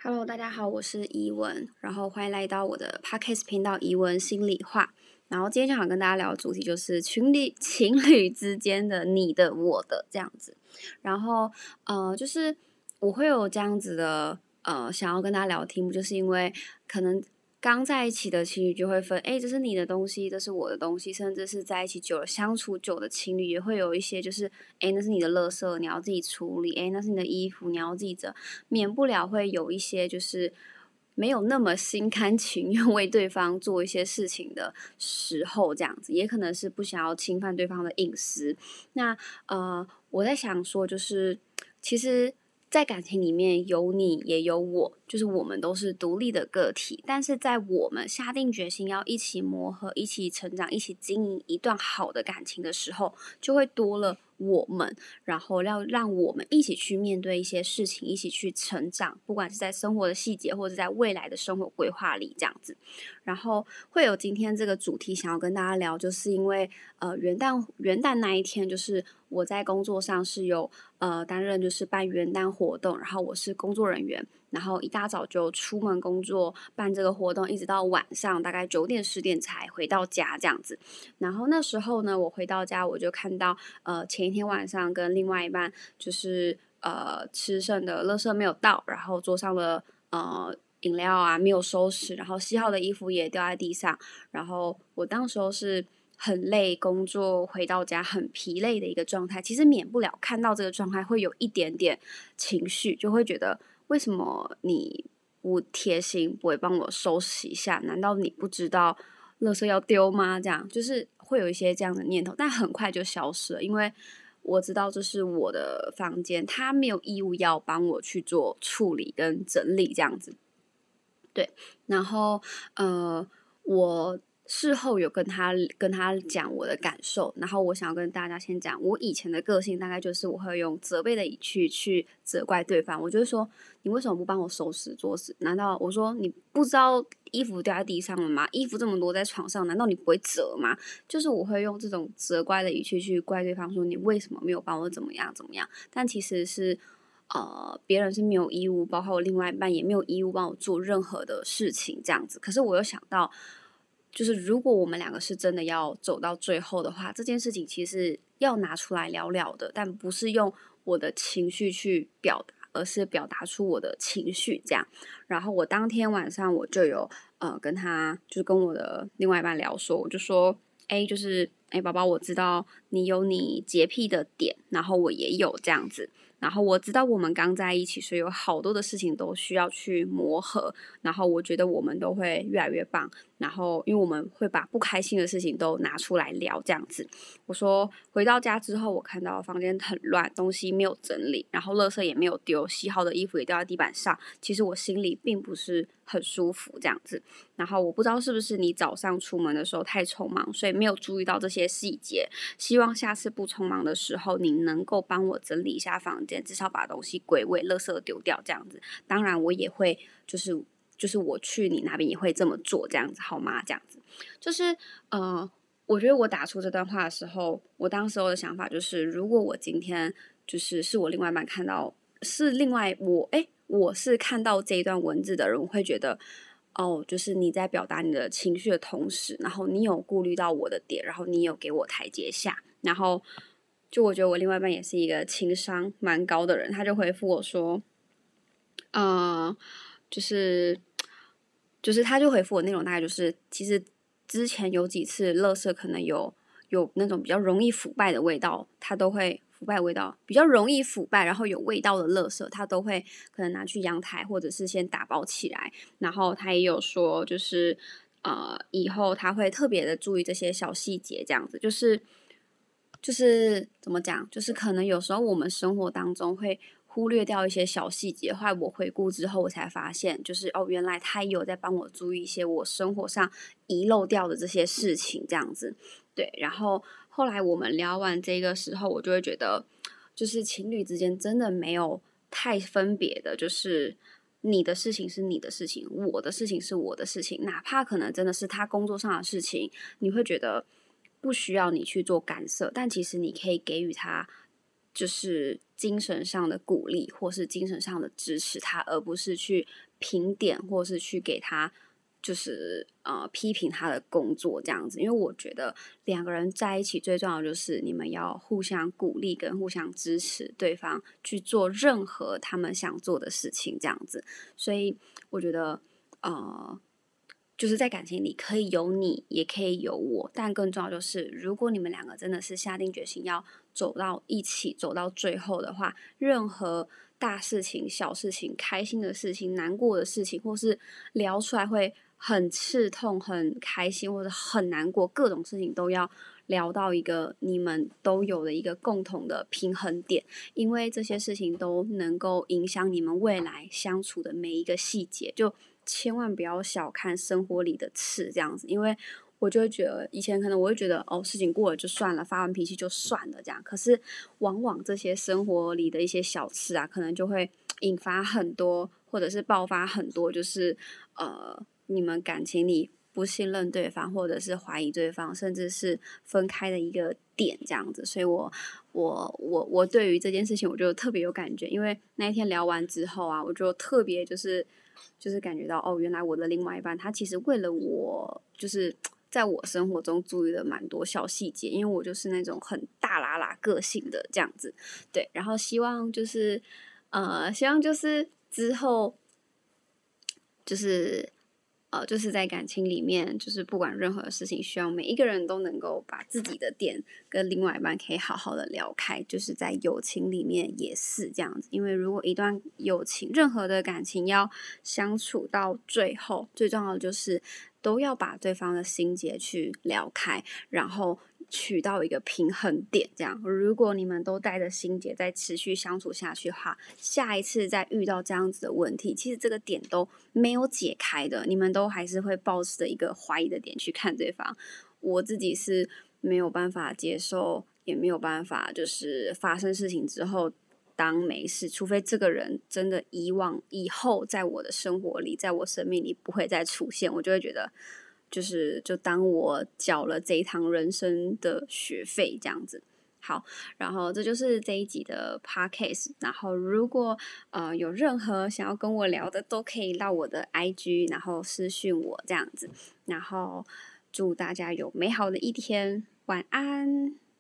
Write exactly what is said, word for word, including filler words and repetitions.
Hello，大家好，我是怡文，然后欢迎来到我的 Podcast 频道怡文心里话。然后今天就想跟大家聊的主题就是情侣情侣之间的你的我的这样子。然后呃，就是我会有这样子的呃想要跟大家聊的题目，就是因为可能刚在一起的情侣就会分，哎，这是你的东西，这是我的东西，甚至是在一起久了、相处久的情侣也会有一些，就是哎，那是你的垃圾，你要自己处理；哎，那是你的衣服，你要自己折。免不了会有一些就是没有那么心甘情愿为对方做一些事情的时候，这样子，也可能是不想要侵犯对方的隐私。那呃，我在想说，就是其实。在感情里面有你也有我，就是我们都是独立的个体，但是在我们下定决心要一起磨合、一起成长、一起经营一段好的感情的时候，就会多了我们，然后要让我们一起去面对一些事情，一起去成长，不管是在生活的细节，或者在未来的生活规划里这样子。然后会有今天这个主题想要跟大家聊，就是因为呃元旦元旦那一天，就是我在工作上是有呃担任就是办元旦活动，然后我是工作人员，然后一大早就出门工作办这个活动，一直到晚上大概九点十点才回到家这样子。然后那时候呢，我回到家我就看到呃前一天晚上跟另外一半就是呃吃剩的垃圾没有倒，然后桌上的呃饮料啊没有收拾，然后洗好的衣服也掉在地上，然后我当时候是很累，工作回到家很疲累的一个状态，其实免不了看到这个状态会有一点点情绪，就会觉得为什么你不贴心，不会帮我收拾一下？难道你不知道垃圾要丢吗？这样就是会有一些这样的念头，但很快就消失了，因为我知道这是我的房间，他没有义务要帮我去做处理跟整理这样子。对，然后呃，我事后有跟他跟他讲我的感受，然后我想要跟大家先讲，我以前的个性大概就是我会用责备的语气去责怪对方，我就会说你为什么不帮我收拾桌子？难道我说你不知道衣服掉在地上了吗？衣服这么多在床上，难道你不会折吗？就是我会用这种责怪的语气去怪对方，说你为什么没有帮我怎么样怎么样？但其实是。呃，别人是没有义务，包括我另外一半也没有义务帮我做任何的事情，这样子。可是我又想到，就是如果我们两个是真的要走到最后的话，这件事情其实要拿出来聊聊的，但不是用我的情绪去表达，而是表达出我的情绪这样。然后我当天晚上我就有呃跟他，就是跟我的另外一半聊说，我就说，哎，就是哎宝宝，我知道你有你洁癖的点，然后我也有这样子。然后我知道我们刚在一起，所以有好多的事情都需要去磨合。然后我觉得我们都会越来越棒。然后因为我们会把不开心的事情都拿出来聊，这样子。我说回到家之后，我看到房间很乱，东西没有整理，然后垃圾也没有丢，洗好的衣服也掉在地板上。其实我心里并不是很舒服，这样子。然后我不知道是不是你早上出门的时候太匆忙，所以没有注意到这些细节。希望下次不匆忙的时候，你能够帮我整理一下房间，至少把东西归位，垃圾丢掉这样子。当然，我也会就是就是我去你那边也会这么做，这样子好吗？这样子就是呃，我觉得我打出这段话的时候，我当时候的想法就是，如果我今天就是是我另外一半看到，是另外我诶，我是看到这一段文字的人，我会觉得。哦，就是你在表达你的情绪的同时，然后你有顾虑到我的点，然后你有给我台阶下，然后就我觉得我另外一半也是一个情商蛮高的人，他就回复我说，呃，就是就是他就回复我内容大概就是，其实之前有几次垃圾可能有有那种比较容易腐败的味道，他都会腐败的味道比较容易腐败，然后有味道的垃圾，他都会可能拿去阳台或者是先打包起来。然后他也有说，就是呃以后他会特别的注意这些小细节，这样子就是就是怎么讲，就是可能有时候我们生活当中会忽略掉一些小细节，后来我回顾之后，我才发现，就是哦，原来他也有在帮我注意一些我生活上遗漏掉的这些事情，这样子。对，然后后来我们聊完这个时候，我就会觉得，就是情侣之间真的没有太分别的，就是你的事情是你的事情，我的事情是我的事情，哪怕可能真的是他工作上的事情，你会觉得不需要你去做干涉，但其实你可以给予他就是精神上的鼓励或是精神上的支持他，而不是去评点或是去给他就是呃批评他的工作这样子。因为我觉得两个人在一起最重要的就是你们要互相鼓励跟互相支持对方去做任何他们想做的事情这样子。所以我觉得呃就是在感情里可以有你也可以有我，但更重要就是如果你们两个真的是下定决心要走到一起走到最后的话，任何大事情小事情开心的事情难过的事情，或是聊出来会很刺痛很开心或者很难过，各种事情都要聊到一个你们都有的一个共同的平衡点，因为这些事情都能够影响你们未来相处的每一个细节，就千万不要小看生活里的刺这样子。因为我就会觉得以前可能我会觉得哦事情过了就算了，发完脾气就算了这样，可是往往这些生活里的一些小刺啊，可能就会引发很多或者是爆发很多就是呃你们感情里不信任对方或者是怀疑对方甚至是分开的一个点这样子。所以我我我我对于这件事情我就特别有感觉，因为那一天聊完之后啊，我就特别就是就是感觉到哦，原来我的另外一半他其实为了我就是在我生活中注意了蛮多小细节，因为我就是那种很大啦啦个性的这样子。对，然后希望就是呃希望就是之后就是呃，就是在感情里面，就是不管任何事情，希望每一个人都能够把自己的点跟另外一半可以好好的聊开，就是在友情里面也是这样子。因为如果一段友情，任何的感情要相处到最后，最重要的就是都要把对方的心结去聊开，然后取到一个平衡点这样。如果你们都带着心结再持续相处下去的话，下一次再遇到这样子的问题，其实这个点都没有解开的，你们都还是会抱持着一个怀疑的点去看对方。我自己是没有办法接受，也没有办法就是发生事情之后当没事，除非这个人真的以往以后在我的生活里在我生命里不会再出现，我就会觉得就是就当我缴了这一堂人生的学费这样子。好，然后这就是这一集的 podcast。然后如果呃有任何想要跟我聊的，都可以到我的 I G， 然后私讯我这样子。然后祝大家有美好的一天，晚安。